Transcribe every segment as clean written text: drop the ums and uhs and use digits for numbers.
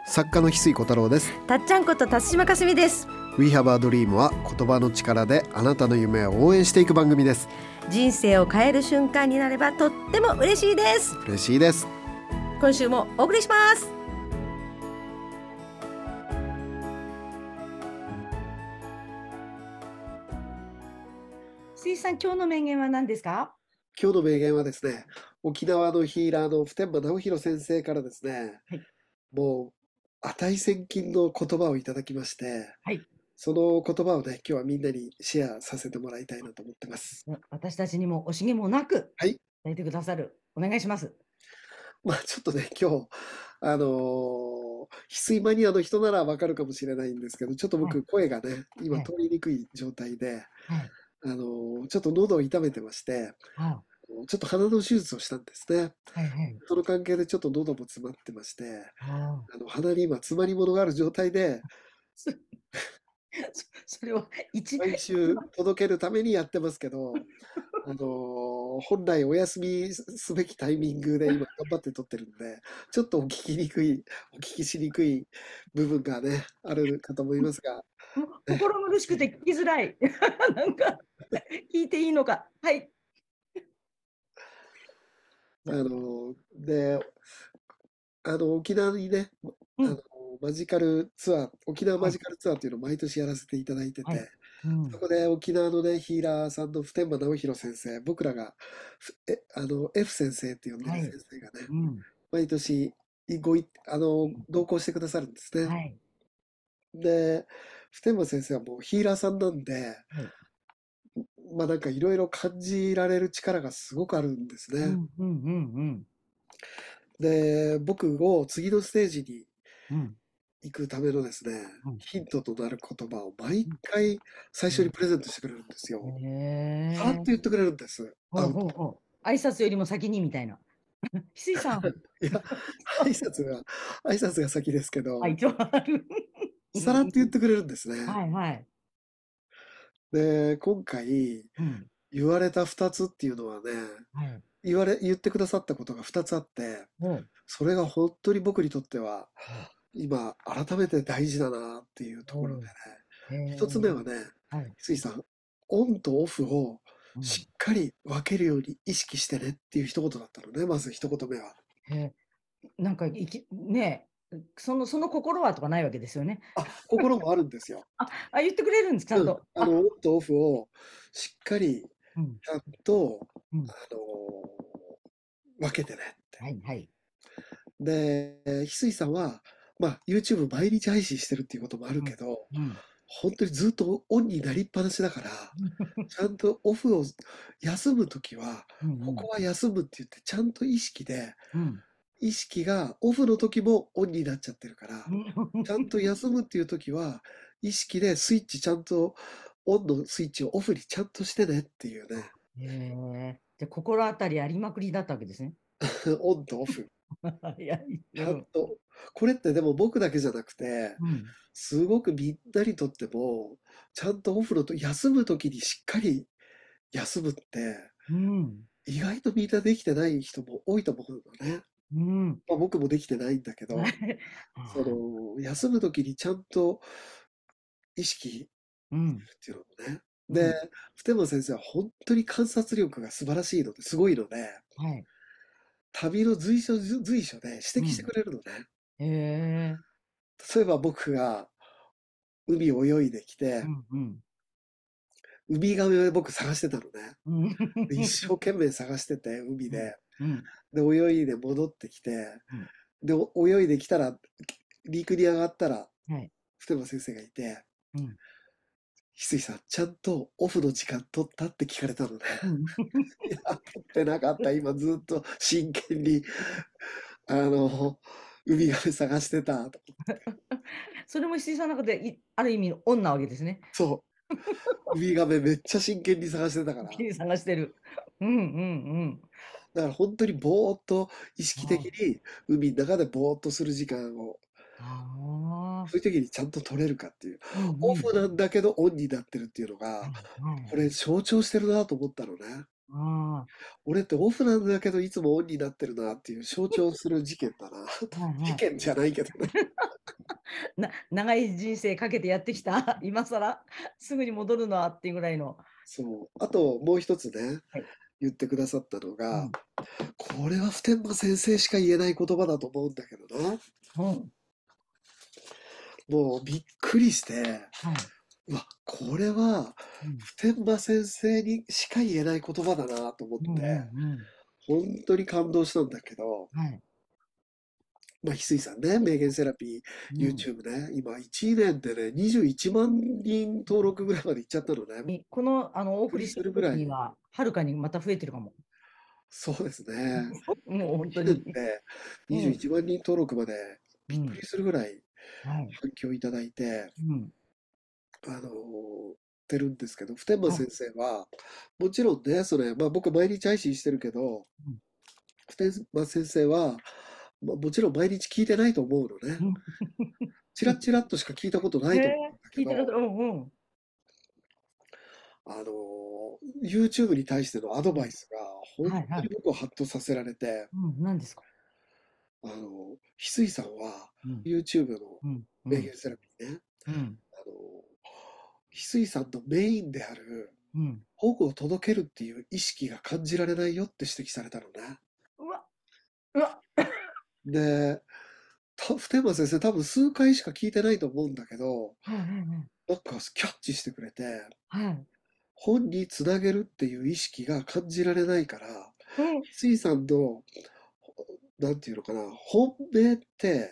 作家の翡翠小太郎です。 たっちゃんこと辰島かすみです。 We Have a Dream は言葉の力であなたの夢を応援していく番組です。 人生を変える瞬間になればとっても嬉しいです。 嬉しいです。 今週もお送りします。水さん、今日の名言は何ですか？ 今日の名言はですね、沖縄のヒーラーの普天間直弘先生からですね、 はい、 もう値千金の言葉をいただきまして、 はい、 その言葉をね、今日はみんなにシェアさせてもらいたいなと思ってます。 私たちにも惜しげもなくはい。 伝えてくださる。お願いします。 ちょっとね、今日、翡翠マニアの人ならわかるかもしれないんですけど、ちょっとはい、 僕、声がね、今はい、 通りにくい状態で、 はい、 ちょっと喉を痛めてまして、 はちょっと鼻の手術をしたんですね。 い、はい、 その関係でちょっと喉も詰まってまして、 は鼻に今詰まり物がある状態で、 そそれは毎週届けるためにやってますけど、本来お休みすべきタイミングで今頑張って撮ってるんで、ちょっとお聞きしにくい部分がね、あるかと思いますが、ね、 心苦しくて聞きづらい。なんか聞いていいのか。はい。 で、沖縄にね、 うん、 沖縄はい、 マジカルツアーっていうのを毎年やらせていただいてはい。 て、 うん、 そこで沖縄のね、ヒーラーさんの普天間直弘先生、僕らが、F 先生って呼んでる先はい。 生がね、 うん、 毎年同行してくださるんですね。 はい。 で、普天間先生はもうヒーラーさんなんで、 はい。 なんかいろいろ感じられる力がすごくあるんですね。 うん、うん、うん、 で、僕を次のステージにうん、うん、 行くためのですね、 うん、 ヒントとなる言葉を毎うん。 回最初にプレゼントしてくれるんですよ。さらっとへえ。 言ってくれるんです。 ほう会うと。 ほうほう。挨拶よりも先にみたいな。翡翠さん。 いや、挨拶が、挨拶が先ですけあ、 ど、 一応ある。うさらっとん、 言ってくれるんですね。 はい、はい。 で、今回うん、 言われた2つっていうのはね、 はい。 言ってくださったことが2つあって、 ほう、 それが本当に僕にとっては、 ほう、 今、改めて大事だなっていうところでね。 ほう。へ 1つ目え。 はね、 はい。 翡翠さん、オンとオフをうん。 しっかり分けるように意識してねっていう一言だったのね、まず一言目は。 へえ。なんかねえ、その心はとかないわけですよね。 心もあるんですよ。 言ってくれるんです、ちゃんうん。 と。 オンとオフをしっかり、 うん、 ちゃんと、 うん。 あの、分けてねって。 はい、はい。 で、翡翠さんは、YouTube 毎日配信してるっていうこともあるうん、 けど、 うん。 本当にずっとオンになりっぱなしだから、ちゃんとオフを休むときは、 うん、うん、 ここは休むって言って、ちゃんとうん。 意識がオフの時もオンになっちゃってるから、ちゃんと休むっていう時は、意識でスイッチちゃんと、オンのスイッチをオフにちゃんとしてねっていうね。 へえ。じゃ、心当たりありまくりだったわけですね。 オンとオフ。 いや、 ちうん、 ゃんと。これってでも僕だけじゃなくて、 うん、 すごくみんなにとっても、ちゃんと休む時にしっかり休むって、 うん、 意外とみんなできてない人も多いと思うのね。 うん。 僕もできてないんだけど、 ああ、 休む時にちゃんと意識うん、 っていうのもね。で、 うん。 普天間先生は本当に観察力が素晴らしいので、すごいので、 はい。 旅の随所で指摘してうん。 くれるのね。 へえ。 例えば僕が海を泳いできて、 うん、うん。 ウミガメを僕探してたのね。 うん。 で一生懸命探してて、海うん、 で。 うん、 で、泳いで戻ってきて、 うん。 で、泳いできたら、陸に上がったら、 はい。 普天間先生がいて、 うん。 翡翠さん、ちゃんとオフの時間取ったって聞かれたのね。 うん。 いや、取ってなかった。今ずっと真剣に、あの、ウミガメ探してたと。 それも石井さんの中で、ある意味のオンなわけですね。 そう。ウミガメめっちゃ真剣に探してたから。 気に探してる。うん、うん、うん。 だから本当にぼーっと意識的あに海の中でぼーっとする時間を、 あ。 そういう時にちゃんと取れるかっていう。 うん、うん。 オフなんだけどオンになってるっていうのが、 はい、はい。 これ象徴してるなと思ったのね。 あ俺ってオフなんだけどいつもオンになってるなっていう象徴する事件だな。 あ、はい事はい。 件じゃないけどね。 長い人生かけてやってきた、今更すぐに戻るのはっていうぐらいの。 そう。あともう一つね、 はい。 言ってくださったのが、 うん。 これは普天間先生しか言えない言葉だと思うんだけどな。 うん。 もうびっくりして、 はい。 うわ、これはうん。 普天間先生にしか言えない言葉だなと思って、 うんうんうん。 本当に感動したんだけど、 はい。 まあ、翡翠さんね、名言セラピー、 うん。 YouTube ね、今1年でね、21万人登録ぐらいまでいっちゃったのね。びっこの、おくり送りしてるするぐらい。 時には、はるかにまた増えてるかも。 そうですね。 もう本当 1年に。 で21 うん。 万人登録までうん。 びっくりするぐらいはい。 反響いただいて、 うん。 てるんですけど、普天間はい。 先生は、もちろんね、それ、まあ僕毎日配信してるけど、 うん。 普天間先生は、まあ、もちろん毎日聞いてないと思うのね。 うん。 チラッチラッとしか聞いたことないと思うんだけ聞いてる、 ど、 うんうん。 あの、YouTube に対してのアドうん。 バイスが本はいはい。 当に僕をハッとさせられて、 うん、何ですか？ 翡翠さんはうん。 YouTube のうん。うん。 名言セラピーね、 うん。 あの、翡翠さんのメインであるうん。 保護を届けるっていう意識が感じられないよって指摘されたのね。 うわ、うわ。 で、普天間先生多分数回しか聞いてないと思うんだけど、 はいはいはい。 なんかキャッチしてくれて、 はい。 本につなげるっていう意識が感じられないから、 うん。 翡翠さんの、なんていうのかな、本命って、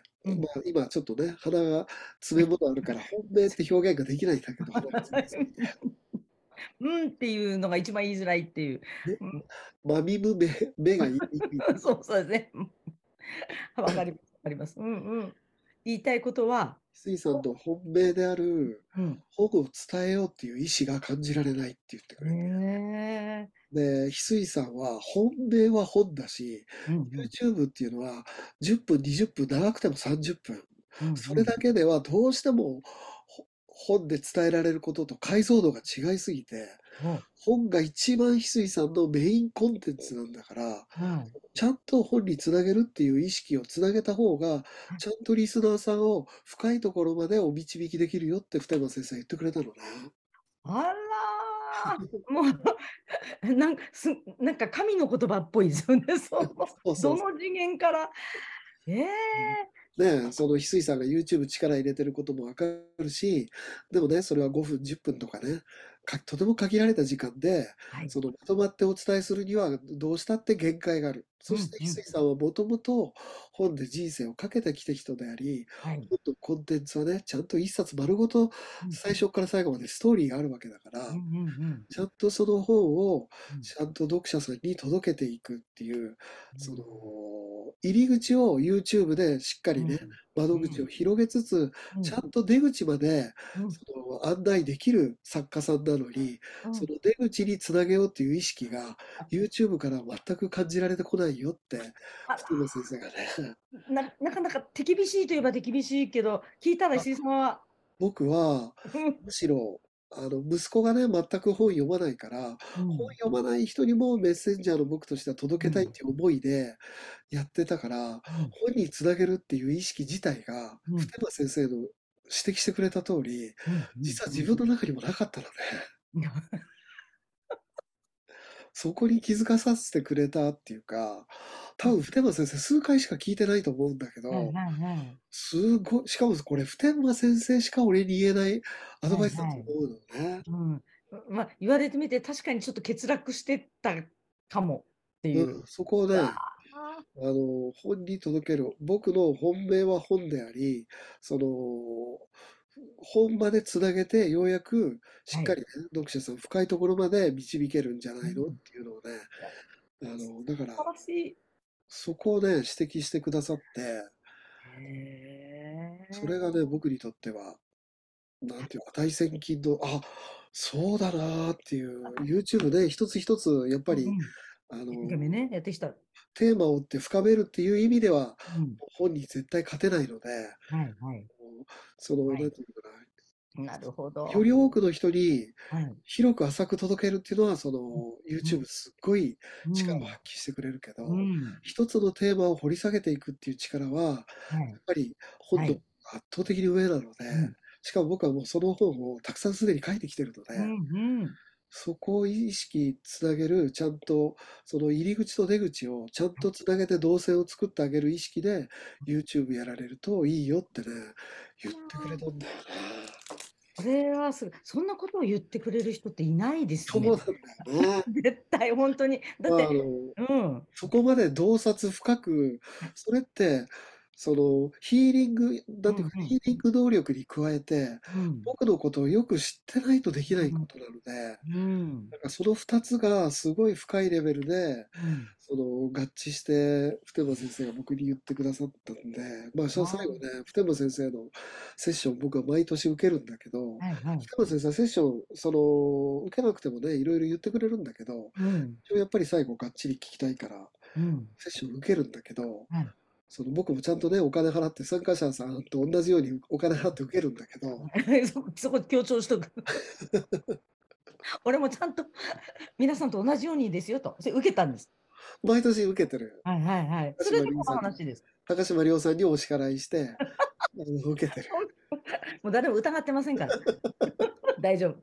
うん。 まあ今ちょっとね、鼻が詰め物あるから本命って表現ができないんだけど、鼻が詰まりすぎて。 うんっていうのが一番言いづらいっていう。 ね、 うん。 まみむ目が言いにくい。 そうそうですね。うん。わかります、わかります。うんうん。言いたいことは、 翡翠さんの本命であるうん。 保護を伝えようっていう意思が感じられないって言ってくへれて。 え。 で、翡翠さんは本命は本だし、 うんうん。 YouTube っていうのは10分、20分、長くても30分。 うんそれうん。 だけではどうしても本で伝えられることと解像度が違いすぎて、 お、 本が一番翡翠さんのメインコンテンツなんだから、 はい。 ちゃんと本につなげるっていう意識をつなげた方が、ちゃんとリスナーさんを深いところまでお導きできるよって二山先生は言ってくれたのね。 あらー、もう、なんか神の言葉っぽいですよね。 そうそうそどの次元から。ええ。 う。ね、その翡翠さんが YouTube 力入れてることもわかるし、でもね、それは5分、10分とかね、とても限られた時間で、 はい。 そのまとまってお伝えするにはどうしたって限界がある。そして翡うんうん。 翠さんはもともと本で人生をかけてきた人であり、 はい。 本のコンテンツはね、ちゃんと一冊丸ごとうんうん。 最初から最後までストーリーがあるわけだから、 うんうんうん。 ちゃんとその本をうん。 ちゃんと読者さんに届けていくっていう、そのうん。 入り口を YouTube でしっかりね、 うん。 窓口をうん。 広げつつ、 うん。 ちゃんと出口までうん。 その案内できる作家さんなのに、 うん。 その出口につなげようっていう意識が YouTube から全く感じられてこないよって、 あ福野先生がね、 なかなか手厳しいといえば手厳しいけど、聞いたら石井さんは、 僕は、 うん。 むしろ、息子がね、全く本読まないから、本うん。 読まない人にもメッセンジャーの僕としては届けたいっうん。 ていう思いでやってたから、 うん。 本につなげるっていう意識自体が、 うん。 普天間先生の指摘してくれた通り、 うん。うん。 実は自分の中にもなかったのね。 うん。 そこに気づかさせてくれたっていうか、多分普天間先生数回しか聞いてないと思うんだけど、 はいはいはい。 すごい、しかもこれ普天間先生しか俺に言えないアドはバイスだいはい。 と思うのね。 うん。まあ、言われてみて確かにちょっと欠落してたかもってうん、 いう。 そこをうわね、 あ。 本に届ける。僕の本命は本であり、その、本までつなげて、ようやくしはい。 っかりね、読者さん深いところまで導けるんじゃないのっうん。 ていうのをね、 いや、 だから、 素晴らしい。 そこをね、指摘してくださって、 へえ。 それがね、僕にとっては、なんていうか、大戦金の、あ、そうだなーっていう、YouTube ね、一つ一つ、やっぱり、 うんうん。 あの、 一生懸命ね、やってきた。 テーマを追って深めるっていう意味では、 うん。 本に絶対勝てないので、 はいはい。 その、 はい。 なんていうのかな、 なるほど。 より多くの人にはい。 広く浅く届けるっていうのは、そのうん YouTube すっごい力をうん発揮してくれるけうど、 ん。 一つのテーマを掘り下げていくっていう力は、やっはい。 ぱり本のはい。 圧倒的に上なので、 うん。 しかも僕はもうその本をたくさんすでに書いてきてるので、 うんうん。 そこを意識つなげる、ちゃんとその入り口と出口をちゃんとつなげて動線を作ってあげる意識で YouTube やられるといいよってね、言ってくれたんだよね。 これはそんなことを言ってくれる人っていないですね。 そうなんだよね。 絶対、本当に。だっまあ、 て、うん。 そこまで洞察深く、それって、そのヒーリング、なんていうか、 うんうん。 ヒーリング能力に加えて、 うん。 僕のことをよく知ってないとできないうん。 ことなので、 うん。 なんかその2つがすごい深いレベルで、 うん。 その合致して、普天間先生が僕に言ってくださったんで、まあ、その最後ね、普天間先生のセッション、僕は毎年受けるんだけど、 はいはい。 普天間先生はセッション、受けなくてもね、いろいろ言ってくれるんだけど、 うん。 一応やっぱり最後がっちり聞きたいから、 うん。 セッション受けるんだけど、 はい。 僕もちゃんとね、お金払って、参加者さんと同じようにお金払って受けるんだけど、 そこ強調しとく。俺もちゃんと皆さんと同じようにですよと。それ受けたんです。 毎年受けてる。 はいはいはい。 高それでこ島亮さんに、 の話です。 高島亮さんにお叱らいして、受けてる。 もう誰も疑ってませんから。大丈夫。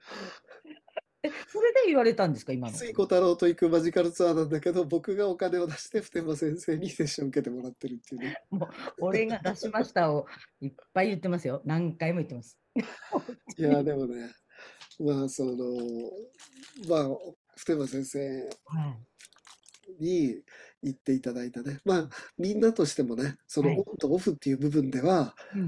それで言われたんですか、今の。 翡翠小太郎と行くマジカルツアーなんだけど、僕がお金を出して普天間先生にセッション受けてもらってるっていうね。 もう、俺が出しましたをいっぱい言ってますよ。何回も言ってます。 いや、でもね、まあ、まあ、普天間先生はい。 に言っていただいたね。まあ、みんなとしてもね、そのはい。 オンとオフっていう部分では、 うんうん。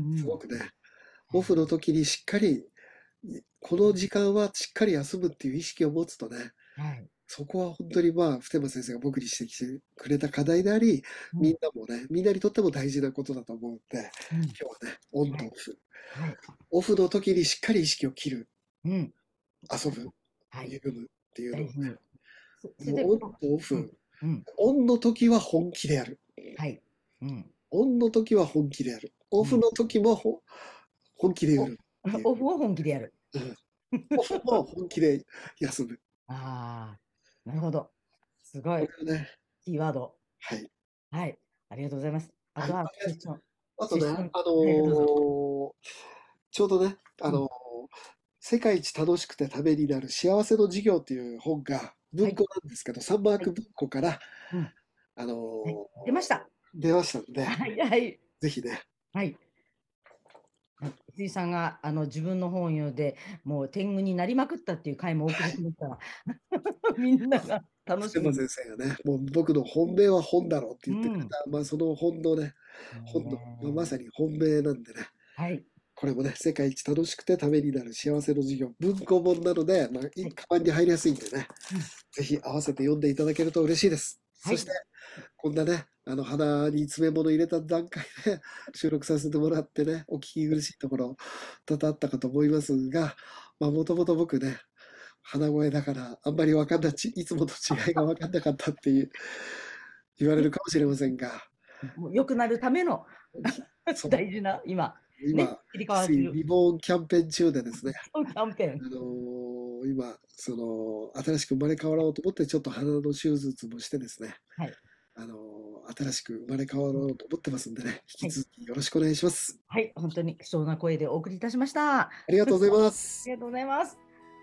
すごくね、オフの時にしっかり、この時間はしっかり休むっていう意識を持つとね、 はい。 そこは本当にまあ、普天間先生が僕に指摘してくれた課題であり、みんうん。 なもね、みんなにとっても大事なことだと思うんで、 うん。 今日はね、オンはい。 とオフ。 はい。 オフの時にしっかり意識を切る、 うん。 遊ぶ、 はい。 緩むっていうのをね、 大事に。それで、 もうオンとオうん。 フ。 うん。 オンの時は本気でやる。 はい。うん。 オンの時は本気でやる。オうん。 フの時も本気でやお、 るっていう。 オフを本気でやる。 うん、オフも本気で休む。 ああ、なるほど。すごい。 これをね、 キーワード。 はい。 はい。ありがとうございます。あはい。 とは、セッション。 あとね、 セッション。はい、どうぞ。 ちょうどね、 うん。 世界一楽しくてためになる幸せの授業っていう本がはい。 文庫なんですけど、サンマーはい。 ク文庫から、 うん。 あはい。 の出ました。 出ましたんで、 はい。はい。 ぜひね、 はい。藤井さんが自分の本を読んで、もう天狗になりまくったっていう回もお送りしましたら、みんなが楽しみに。 福山先生がね、もう僕の本命は本だろうって言ってくれうん。 た、まあその本のね、本の、まあまさに本命なんでね、 はい。 これもね、世界一楽しくてためになる幸せの授業、文庫本なので、まあ、 はい。 カバンに入りやすいんでね、 うん。 ぜひ合わせて読んでいただけると嬉しいです。 はい。 そして、こんなね、鼻に詰め物入れた段階で収録させてもらってね、お聞き苦しいところ多々あったかと思いますが、まあ、もともと僕ね、鼻声だから、あんまりわかんない、いつもと違いがわかんなかったっていう、言われるかもしれませんが、 もう良くなるためのそ大事な、今、 う、 ね、 今、 切り替わってるリボーンキャンペーン中でですね、 キャンペーン。 今、新しく生まれ変わろうと思って、ちょっと鼻の手術もしてですね、 はい。 新しく生まれ変わろうと思ってますんでね、 はい。 引き続きよろしくお願いします。 はい。本当に貴重な声でお送りいたしました。あありがとうございます。 りがとうございます。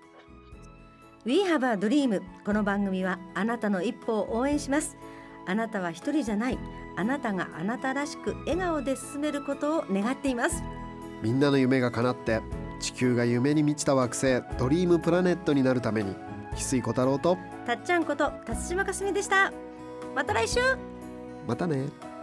We have a dream。 この番組はあなたの一歩を応援します。あなたは一人じゃない。あなたがあなたらしく笑顔で進めることを願っています。 みんなの夢が叶って地球が夢に満ちた惑星ドリームプラネットになるために、翡翠小太郎とたっちゃんこと辰島かすみでした。また来週。 またね。